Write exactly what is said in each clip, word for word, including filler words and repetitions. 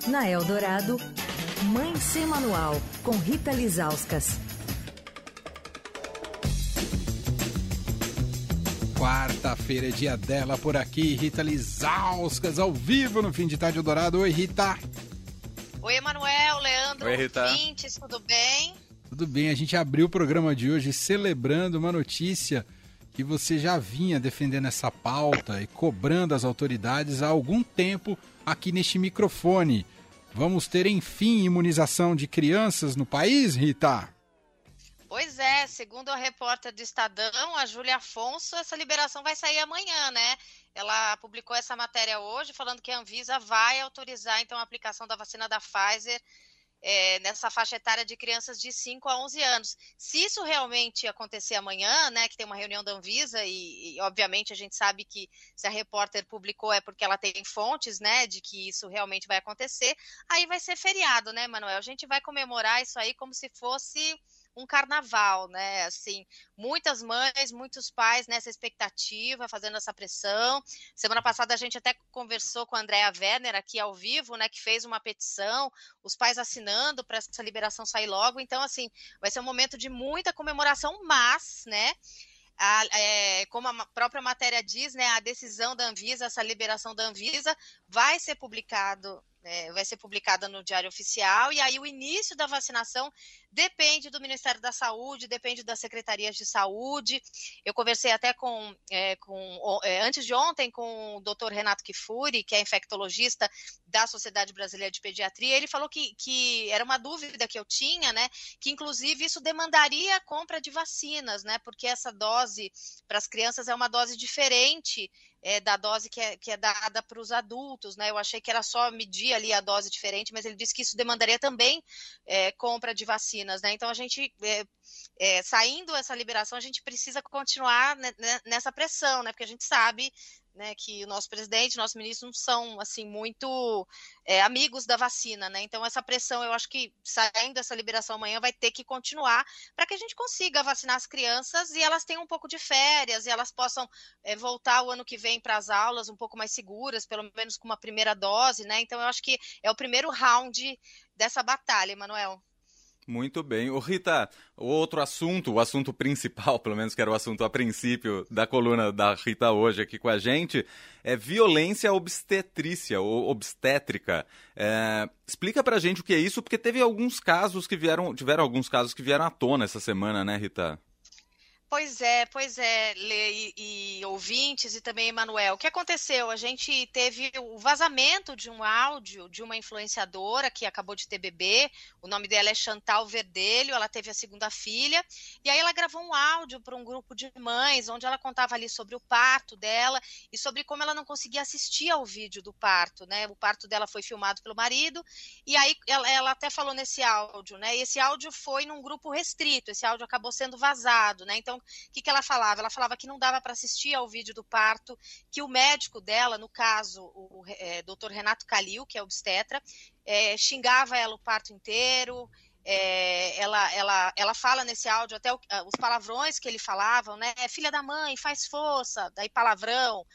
Na Eldorado, Mãe Sem Manual, com Rita Lizauskas. Quarta-feira é dia dela por aqui, Rita Lizauskas, ao vivo no Fim de Tarde Eldorado. Oi, Rita. Oi, Emanuel, Leandro, Oi, Rita. ouvintes, tudo bem? Tudo bem, a gente abriu o programa de hoje celebrando uma notícia que você já vinha defendendo essa pauta e cobrando as autoridades há algum tempo aqui neste microfone. Vamos ter, enfim, imunização de crianças no país, Rita? Pois é, segundo a repórter do Estadão, a Júlia Afonso, essa liberação vai sair amanhã, né? Ela publicou essa matéria hoje, falando que a Anvisa vai autorizar, então, a aplicação da vacina da Pfizer é, nessa faixa etária de crianças de cinco a onze anos. Se isso realmente acontecer amanhã, né, que tem uma reunião da Anvisa, e, e obviamente a gente sabe que se a repórter publicou é porque ela tem fontes, né, de que isso realmente vai acontecer, aí vai ser feriado, né, Manuel? A gente vai comemorar isso aí como se fosse um carnaval, né, assim, muitas mães, muitos pais nessa expectativa, fazendo essa pressão. Semana passada a gente até conversou com a Andrea Werner aqui ao vivo, né, que fez uma petição, os pais assinando para essa liberação sair logo. Então, assim, vai ser um momento de muita comemoração, mas, né, A, é, como a própria matéria diz, né, a decisão da Anvisa, essa liberação da Anvisa vai ser publicado, é, vai ser publicada no Diário Oficial, e aí o início da vacinação depende do Ministério da Saúde, depende das secretarias de saúde. Eu conversei até com, é, com é, antes de ontem com o doutor Renato Kifuri, que é infectologista da Sociedade Brasileira de Pediatria. Ele falou que, que era uma dúvida que eu tinha, né, que inclusive isso demandaria a compra de vacinas, né, porque essa dose para as crianças é uma dose diferente é, da dose que é, que é dada para os adultos, né? Eu achei que era só medir ali a dose diferente, mas ele disse que isso demandaria também é, compra de vacinas, né? Então a gente, é, é, saindo essa liberação, a gente precisa continuar nessa pressão, né? Porque a gente sabe, né, que o nosso presidente, nosso ministro não são, assim, muito é, amigos da vacina, né? Então essa pressão, eu acho que saindo dessa liberação amanhã vai ter que continuar para que a gente consiga vacinar as crianças e elas tenham um pouco de férias e elas possam é, voltar o ano que vem para as aulas um pouco mais seguras, pelo menos com uma primeira dose, né? Então eu acho que é o primeiro round dessa batalha, Emanuel. Muito bem. Ô Rita, outro assunto, o assunto principal, pelo menos que era o assunto a princípio da coluna da Rita hoje aqui com a gente, é violência obstetrícia ou obstétrica. É, explica pra gente o que é isso, porque teve alguns casos que vieram, tiveram alguns casos que vieram à tona essa semana, né, Rita? Pois é, pois é, Lê e, e ouvintes e também Emanuel. O que aconteceu? A gente teve o vazamento de um áudio de uma influenciadora que acabou de ter bebê, o nome dela é Chantal Verdelho, ela teve a segunda filha, e aí ela gravou um áudio para um grupo de mães, onde ela contava ali sobre o parto dela e sobre como ela não conseguia assistir ao vídeo do parto, né? O parto dela foi filmado pelo marido, e aí ela, ela até falou nesse áudio, né? E esse áudio foi num grupo restrito, esse áudio acabou sendo vazado, né? Então, o que, que ela falava? Ela falava que não dava para assistir ao vídeo do parto, que o médico dela, no caso, o é, doutor Renato Calil, que é obstetra, é, xingava ela o parto inteiro. É, ela, ela, ela fala nesse áudio até o, os palavrões que ele falava, né? Filha da mãe, faz força, daí palavrão.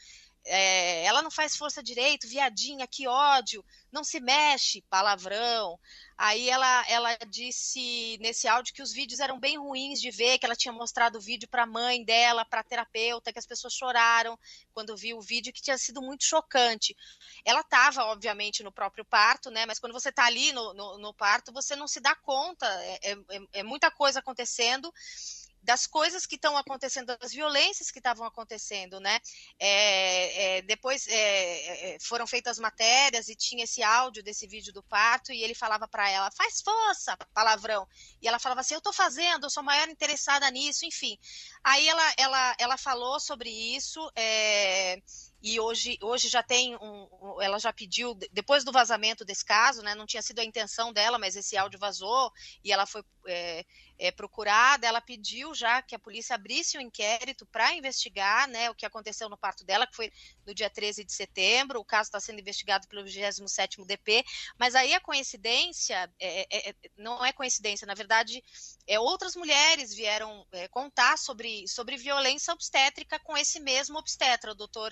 É, ela não faz força direito, viadinha, que ódio, não se mexe, palavrão. Aí ela, ela disse nesse áudio que os vídeos eram bem ruins de ver, que ela tinha mostrado o vídeo para a mãe dela, para a terapeuta, que as pessoas choraram quando viu o vídeo, que tinha sido muito chocante. Ela estava, obviamente, no próprio parto, né? Mas quando você está ali no, no, no parto, você não se dá conta, é, é, é muita coisa acontecendo, das coisas que estão acontecendo, das violências que estavam acontecendo, né? É, é, depois é, foram feitas matérias e tinha esse áudio desse vídeo do parto e ele falava para ela, faz força, palavrão. E ela falava assim, eu tô fazendo, eu sou maior interessada nisso, enfim. Aí ela, ela, ela falou sobre isso, é, e hoje, hoje já tem um, ela já pediu, depois do vazamento desse caso, né, não tinha sido a intenção dela, mas esse áudio vazou e ela foi é, é, procurada, ela pediu já que a polícia abrisse um inquérito para investigar, né, o que aconteceu no parto dela, que foi no dia treze de setembro, o caso está sendo investigado pelo vigésimo sétimo D P, mas aí a coincidência, é, é, não é coincidência, na verdade, é, outras mulheres vieram é, contar sobre, sobre violência obstétrica com esse mesmo obstetra, o doutor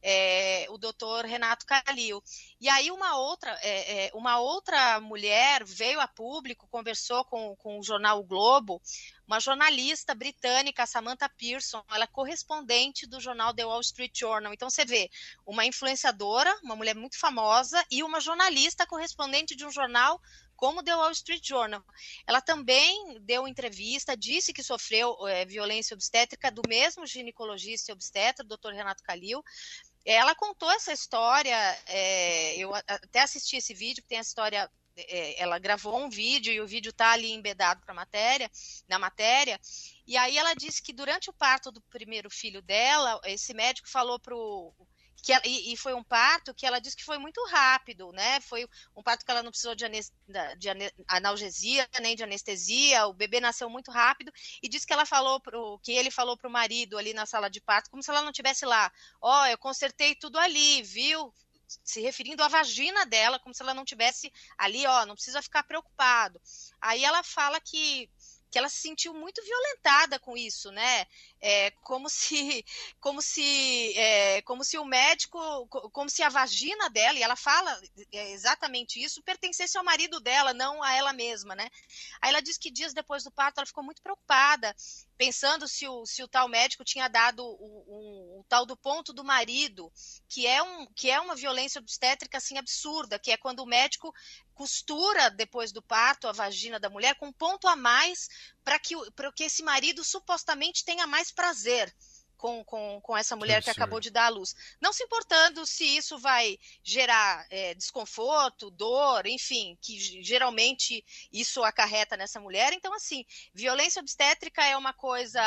é, o doutor Renato Calil. E aí uma outra, é, é, uma outra mulher veio a público, conversou com, com o jornal O Globo, uma jornalista britânica, Samantha Pearson, ela é correspondente do jornal The Wall Street Journal. Então você vê uma influenciadora, uma mulher muito famosa, e uma jornalista correspondente de um jornal como The Wall Street Journal. Ela também deu entrevista, disse que sofreu é, violência obstétrica do mesmo ginecologista e obstetra, o doutor Renato Calil. Ela contou essa história, é, eu até assisti esse vídeo, que tem a história, é, ela gravou um vídeo e o vídeo está ali embedado pra matéria, na matéria, e aí ela disse que durante o parto do primeiro filho dela, esse médico falou pro... Que ela, e, e foi um parto que ela disse que foi muito rápido, né? Foi um parto que ela não precisou de, anes, de analgesia, nem de anestesia, o bebê nasceu muito rápido, e disse que ela falou pro, que ele falou para o marido ali na sala de parto, como se ela não estivesse lá. Ó, oh, eu consertei tudo ali, viu? Se referindo à vagina dela, como se ela não estivesse ali, ó, não precisa ficar preocupado. Aí ela fala que que ela se sentiu muito violentada com isso, né? É, como se, como se, é, como se o médico, como se a vagina dela, e ela fala exatamente isso, pertencesse ao marido dela, não a ela mesma, né? Aí ela diz que dias depois do parto ela ficou muito preocupada, pensando se o, se o tal médico tinha dado o, o, o tal do ponto do marido, que é, um, que é uma violência obstétrica assim absurda, que é quando o médico costura depois do parto a vagina da mulher com um ponto a mais para que, para que esse marido supostamente tenha mais prazer com, com, com essa mulher que, que acabou de dar à luz. Não se importando se isso vai gerar é, desconforto, dor, enfim, que geralmente isso acarreta nessa mulher. Então, assim, violência obstétrica é uma coisa,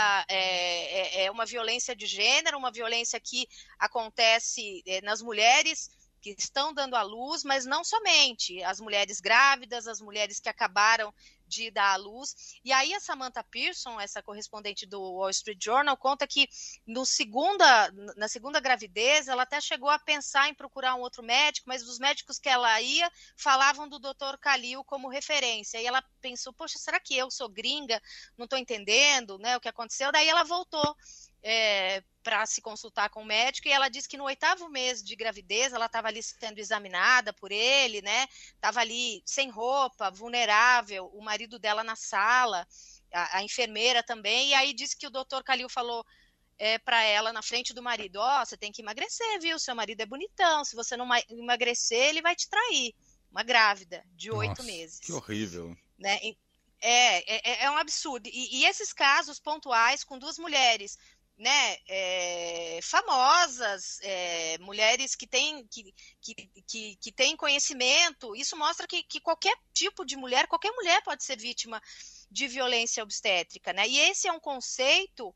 é, é uma violência de gênero, uma violência que acontece é, nas mulheres que estão dando à luz, mas não somente, as mulheres grávidas, as mulheres que acabaram de dar à luz. E aí a Samantha Pearson, essa correspondente do Wall Street Journal, conta que no segunda, na segunda gravidez ela até chegou a pensar em procurar um outro médico, mas os médicos que ela ia falavam do doutor Calil como referência. E ela pensou, poxa, será que eu sou gringa? Não estou entendendo, né, o que aconteceu. Daí ela voltou É, para se consultar com o médico, e ela disse que no oitavo mês de gravidez ela estava ali sendo examinada por ele, né? Estava ali sem roupa, vulnerável, o marido dela na sala, a, a enfermeira também, e aí disse que o doutor Calil falou é, para ela na frente do marido, ó, oh, você tem que emagrecer, viu? Seu marido é bonitão, se você não emagrecer, ele vai te trair. Uma grávida de oito meses. Que horrível. Né? É, é, é um absurdo. E, e esses casos pontuais com duas mulheres, né, é, famosas, é, mulheres que têm, que, que, que, que têm conhecimento, isso mostra que, que qualquer tipo de mulher, qualquer mulher pode ser vítima de violência obstétrica, né? E esse é um conceito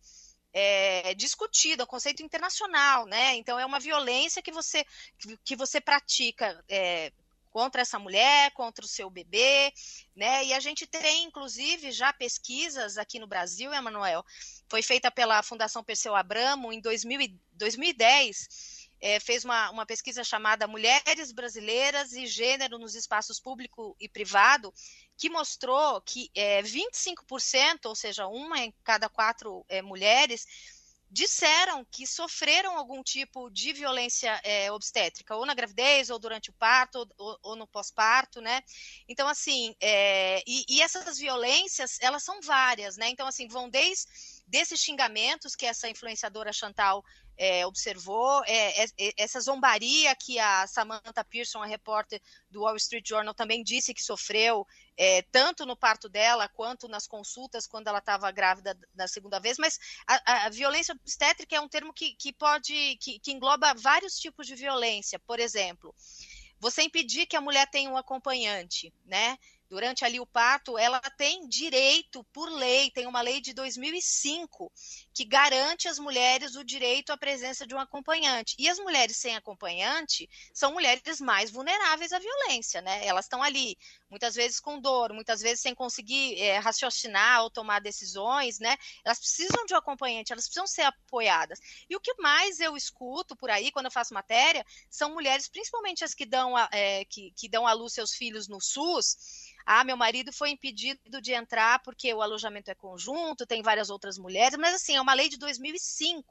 é, discutido, é um conceito internacional, né? Então é uma violência que você, que, que você pratica é, contra essa mulher, contra o seu bebê, né? E a gente tem, inclusive, já pesquisas aqui no Brasil, Emanuel, foi feita pela Fundação Perseu Abramo em dois mil e dez, é, fez uma, uma pesquisa chamada Mulheres Brasileiras e Gênero nos Espaços Público e Privado, que mostrou que é, vinte e cinco por cento, ou seja, uma em cada quatro é, mulheres, disseram que sofreram algum tipo de violência é, obstétrica, ou na gravidez, ou durante o parto, ou, ou no pós-parto, né? Então, assim, é, e, e essas violências, elas são várias, né? Então, assim, vão desde desses xingamentos que essa influenciadora Chantal é, observou, é, é, essa zombaria que a Samantha Pearson, a repórter do Wall Street Journal, também disse que sofreu, é, tanto no parto dela, quanto nas consultas, quando ela estava grávida da segunda vez, mas a, a violência obstétrica é um termo que, que pode, que, que engloba vários tipos de violência. Por exemplo, você impedir que a mulher tenha um acompanhante, né? Durante ali o parto, ela tem direito, por lei, tem uma lei de dois mil e cinco que garante às mulheres o direito à presença de um acompanhante. E as mulheres sem acompanhante são mulheres mais vulneráveis à violência, né? Elas estão ali, muitas vezes com dor, muitas vezes sem conseguir é, raciocinar ou tomar decisões, né? Elas precisam de um acompanhante, elas precisam ser apoiadas. E o que mais eu escuto por aí, quando eu faço matéria, são mulheres, principalmente as que dão a, é, que, que dão à luz seus filhos no SUS. Ah, meu marido foi impedido de entrar porque o alojamento é conjunto, tem várias outras mulheres, mas assim, é uma lei de dois mil e cinco,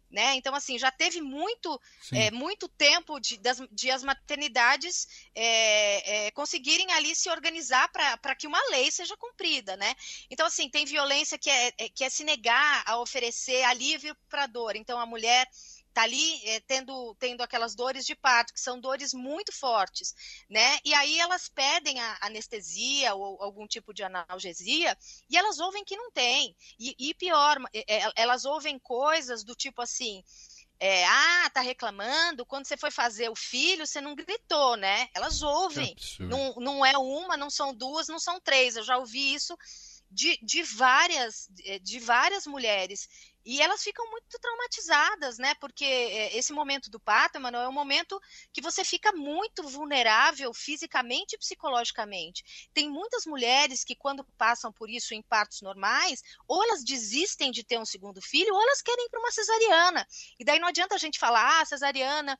Né? Então, assim, já teve muito, é, muito tempo de, das, de as maternidades é, é, conseguirem ali se organizar para que uma lei seja cumprida, né? Então, assim, tem violência que é, é, que é se negar a oferecer alívio para a dor. Então, a mulher está ali é, tendo, tendo aquelas dores de parto, que são dores muito fortes, né? E aí elas pedem a anestesia ou algum tipo de analgesia e elas ouvem que não tem. E, e pior, é, elas ouvem coisas do tipo assim, é, ah, tá reclamando, quando você foi fazer o filho, você não gritou, né? Elas ouvem. Não, não é uma, não são duas, não são três. Eu já ouvi isso de, de, várias, de várias mulheres. E elas ficam muito traumatizadas, né? Porque esse momento do parto, Emanuel, é um momento que você fica muito vulnerável fisicamente e psicologicamente. Tem muitas mulheres que, quando passam por isso em partos normais, ou elas desistem de ter um segundo filho, ou elas querem ir para uma cesariana. E daí não adianta a gente falar, ah, cesariana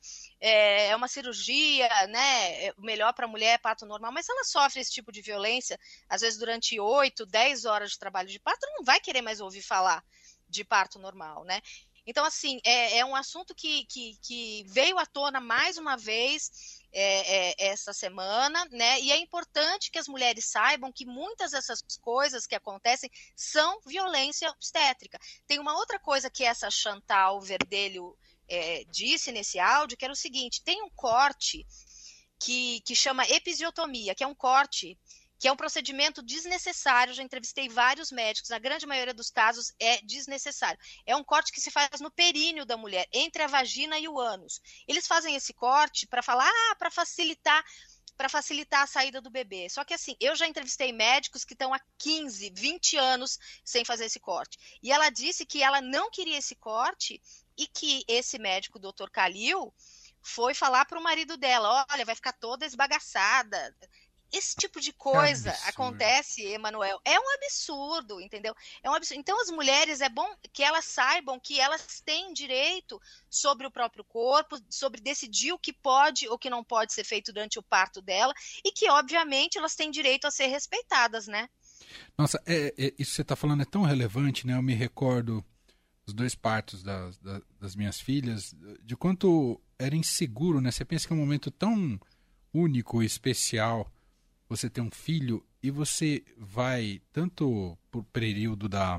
é uma cirurgia, né? Melhor para a mulher é parto normal, mas ela sofre esse tipo de violência, às vezes durante oito, dez horas de trabalho de parto, ela não vai querer mais ouvir falar de parto normal, né? Então, assim, é, é um assunto que, que, que veio à tona mais uma vez é, é, essa semana, né? E é importante que as mulheres saibam que muitas dessas coisas que acontecem são violência obstétrica. Tem uma outra coisa que essa Chantal Verdelho é, disse nesse áudio, que era o seguinte, tem um corte que, que chama episiotomia, que é um corte que é um procedimento desnecessário, já entrevistei vários médicos, na grande maioria dos casos é desnecessário. É um corte que se faz no períneo da mulher, entre a vagina e o ânus. Eles fazem esse corte para falar, ah, para facilitar, para facilitar a saída do bebê. Só que assim, eu já entrevistei médicos que estão há quinze, vinte anos sem fazer esse corte. E ela disse que ela não queria esse corte e que esse médico, o doutor Calil, foi falar para o marido dela, olha, vai ficar toda esbagaçada. Esse tipo de coisa é acontece, Emanuel, é um absurdo, entendeu? É um absurdo. Então, as mulheres, é bom que elas saibam que elas têm direito sobre o próprio corpo, sobre decidir o que pode ou que não pode ser feito durante o parto dela, e que, obviamente, elas têm direito a ser respeitadas, né? Nossa, é, é, isso que você está falando é tão relevante, né? Eu me recordo dos dois partos das, das, das minhas filhas, de quanto era inseguro, né? Você pensa que é um momento tão único e especial você ter um filho e você vai, tanto por período da,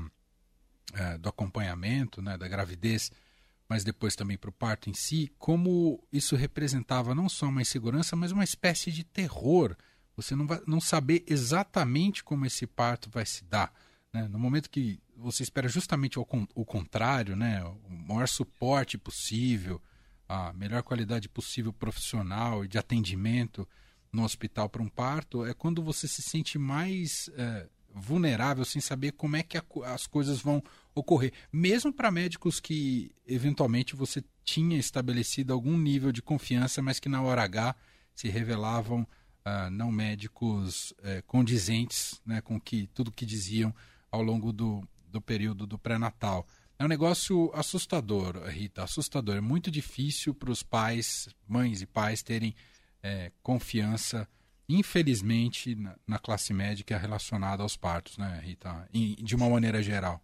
é, do acompanhamento, né, da gravidez, mas depois também para o parto em si, como isso representava não só uma insegurança, mas uma espécie de terror. Você não vai não saber exatamente como esse parto vai se dar, né? No momento que você espera justamente o, o contrário, né, o maior suporte possível, a melhor qualidade possível profissional e de atendimento no hospital para um parto, é quando você se sente mais é, vulnerável, sem saber como é que a, as coisas vão ocorrer. Mesmo para médicos que, eventualmente, você tinha estabelecido algum nível de confiança, mas que na hora H se revelavam ah, não médicos é, condizentes, né, com que, tudo que diziam ao longo do, do período do pré-natal. É um negócio assustador, Rita, assustador. É muito difícil para os pais, mães e pais, terem É, confiança, infelizmente, na, na classe médica relacionada aos partos, né, Rita? E, de uma maneira geral.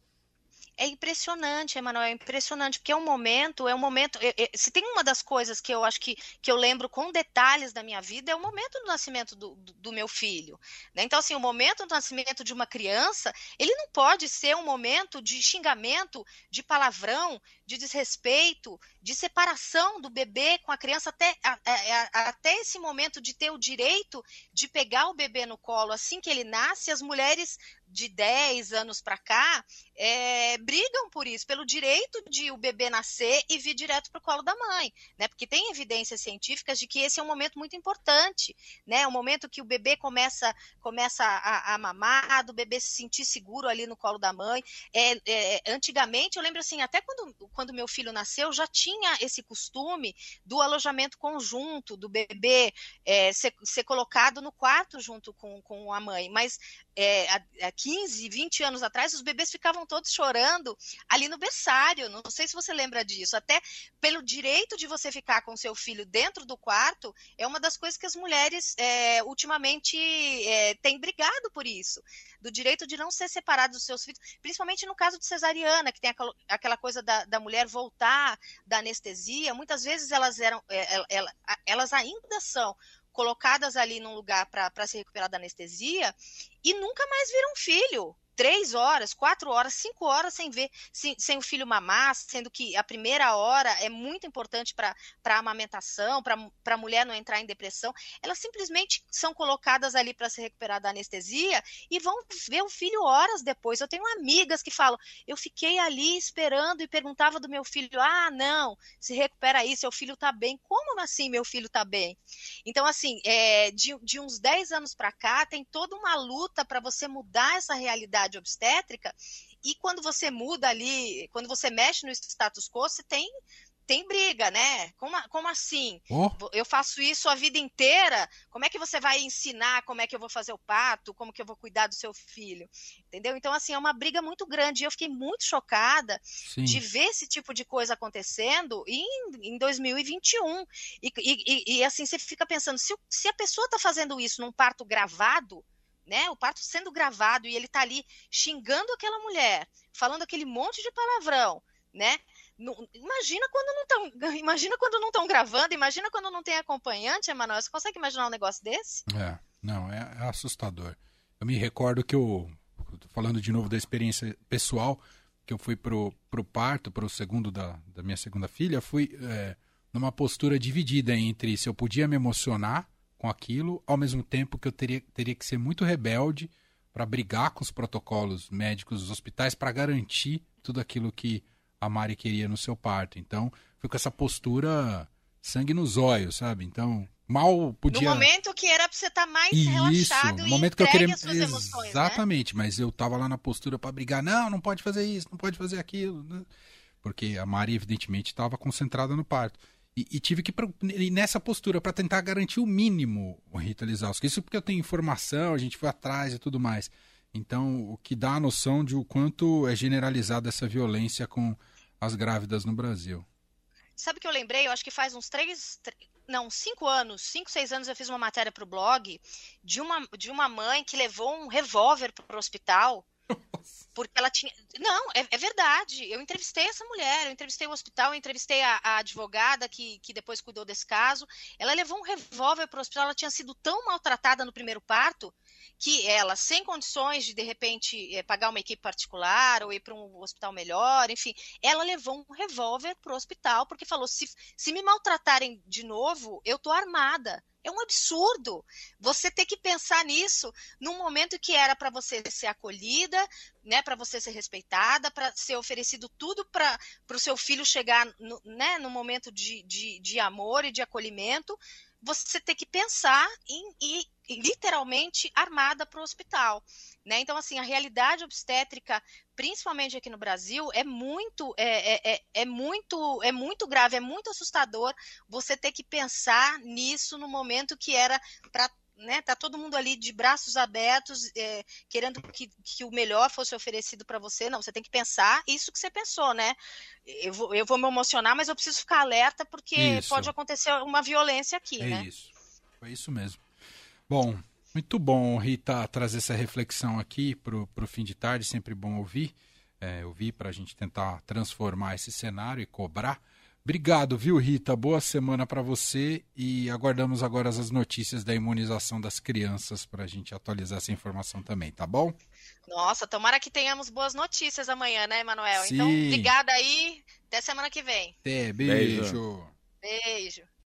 É impressionante, Emanuel, é impressionante, porque é um momento, é um momento, é, é, se tem uma das coisas que eu acho que, que eu lembro com detalhes da minha vida, é o momento do nascimento do, do, do meu filho, né? Então, assim, o momento do nascimento de uma criança, ele não pode ser um momento de xingamento, de palavrão, de desrespeito, de separação do bebê com a criança, até, a, a, até esse momento de ter o direito de pegar o bebê no colo assim que ele nasce. As mulheres de dez anos para cá é, brigam por isso, pelo direito de o bebê nascer e vir direto para o colo da mãe, né? Porque tem evidências científicas de que esse é um momento muito importante, né? É um momento que o bebê começa, começa a, a mamar, do bebê se sentir seguro ali no colo da mãe. É, é, antigamente, eu lembro assim, até quando, quando meu filho nasceu, já tinha esse costume do alojamento conjunto, do bebê é, ser, ser colocado no quarto junto com, com a mãe, mas é, aqui quinze, vinte anos atrás, os bebês ficavam todos chorando ali no berçário. Não sei se você lembra disso. Até pelo direito de você ficar com seu filho dentro do quarto, é uma das coisas que as mulheres é, ultimamente é, têm brigado por isso. Do direito de não ser separado dos seus filhos, principalmente no caso de cesariana, que tem aquela, aquela coisa da, da mulher voltar da anestesia. Muitas vezes elas, eram, elas, elas ainda são colocadas ali num lugar para se recuperar da anestesia e nunca mais viram um filho. Três horas, quatro horas, cinco horas sem ver, sem, sem o filho mamar, sendo que a primeira hora é muito importante para a amamentação, para a mulher não entrar em depressão. Elas simplesmente são colocadas ali para se recuperar da anestesia e vão ver o filho horas depois. Eu tenho amigas que falam, eu fiquei ali esperando e perguntava do meu filho, ah, não, se recupera aí, seu filho está bem. Como assim meu filho está bem? Então, assim, é, de, de uns dez anos para cá, tem toda uma luta para você mudar essa realidade obstétrica, e quando você muda ali, quando você mexe no status quo, você tem, tem briga, né? Como, como assim? Oh. Eu faço isso a vida inteira, como é que você vai ensinar como é que eu vou fazer o parto, como que eu vou cuidar do seu filho? Entendeu? Então, assim, é uma briga muito grande, e eu fiquei muito chocada Sim. de ver esse tipo de coisa acontecendo em, em dois mil e vinte e um. E, e, e assim, você fica pensando, se, se a pessoa está fazendo isso num parto gravado, né, o parto sendo gravado e ele tá ali xingando aquela mulher, falando aquele monte de palavrão, né? No, imagina quando não estão, imagina quando não estão gravando, imagina quando não tem acompanhante, Emanuel. Você consegue imaginar um negócio desse? É, não, é, é assustador. Eu me recordo que eu, falando de novo da experiência pessoal, que eu fui pro, pro parto, pro segundo da, da minha segunda filha, fui é, numa postura dividida entre se eu podia me emocionar com aquilo, ao mesmo tempo que eu teria, teria que ser muito rebelde para brigar com os protocolos médicos dos hospitais para garantir tudo aquilo que a Mari queria no seu parto. Então, fui com essa postura sangue nos olhos, sabe? Então, mal podia... No momento que era para você estar tá mais Isso, relaxado no e momento que eu queria... às suas emoções, Exatamente, né? Mas eu tava lá na postura para brigar, não, não pode fazer isso, não pode fazer aquilo, porque a Mari, evidentemente, estava concentrada no parto. E, e tive que ir nessa postura para tentar garantir o mínimo, Rita Lisowski. Isso porque eu tenho informação, a gente foi atrás e tudo mais. Então, o que dá a noção de o quanto é generalizada essa violência com as grávidas no Brasil. Sabe o que eu lembrei? Eu acho que faz uns três, não, cinco anos, cinco, seis anos eu fiz uma matéria para o blog de uma, de uma mãe que levou um revólver para o hospital. Porque ela tinha... Não, é, é verdade. Eu entrevistei essa mulher, eu entrevistei o hospital, eu entrevistei a, a advogada que, que depois cuidou desse caso. Ela levou um revólver para o hospital, ela tinha sido tão maltratada no primeiro parto que ela, sem condições de, de repente, pagar uma equipe particular ou ir para um hospital melhor, enfim, ela levou um revólver para o hospital porque falou, se, se me maltratarem de novo, eu tô armada. É um absurdo você ter que pensar nisso num momento que era para você ser acolhida, né, para você ser respeitada, para ser oferecido tudo para o seu filho chegar no, né, no momento de, de, de amor e de acolhimento. Você ter que pensar em ir literalmente armada para o hospital, né? Então, assim, a realidade obstétrica, principalmente aqui no Brasil, é muito, é, é, é, muito, é muito grave, é muito assustador você ter que pensar nisso no momento que era para... Né, tá todo mundo ali de braços abertos, é, querendo que, que o melhor fosse oferecido para você. Não, você tem que pensar isso que você pensou, né? Eu vou, eu vou me emocionar, mas eu preciso ficar alerta porque isso. Pode acontecer uma violência aqui, é né? Isso, foi isso mesmo. Bom, muito bom, Rita, trazer essa reflexão aqui pro, pro fim de tarde, sempre bom ouvir, é, ouvir para a gente tentar transformar esse cenário e cobrar. Obrigado, viu, Rita? Boa semana para você e aguardamos agora as notícias da imunização das crianças para a gente atualizar essa informação também, tá bom? Nossa, tomara que tenhamos boas notícias amanhã, né, Emanuel? Sim. Então, obrigada aí, até semana que vem. Até, beijo. Beijo.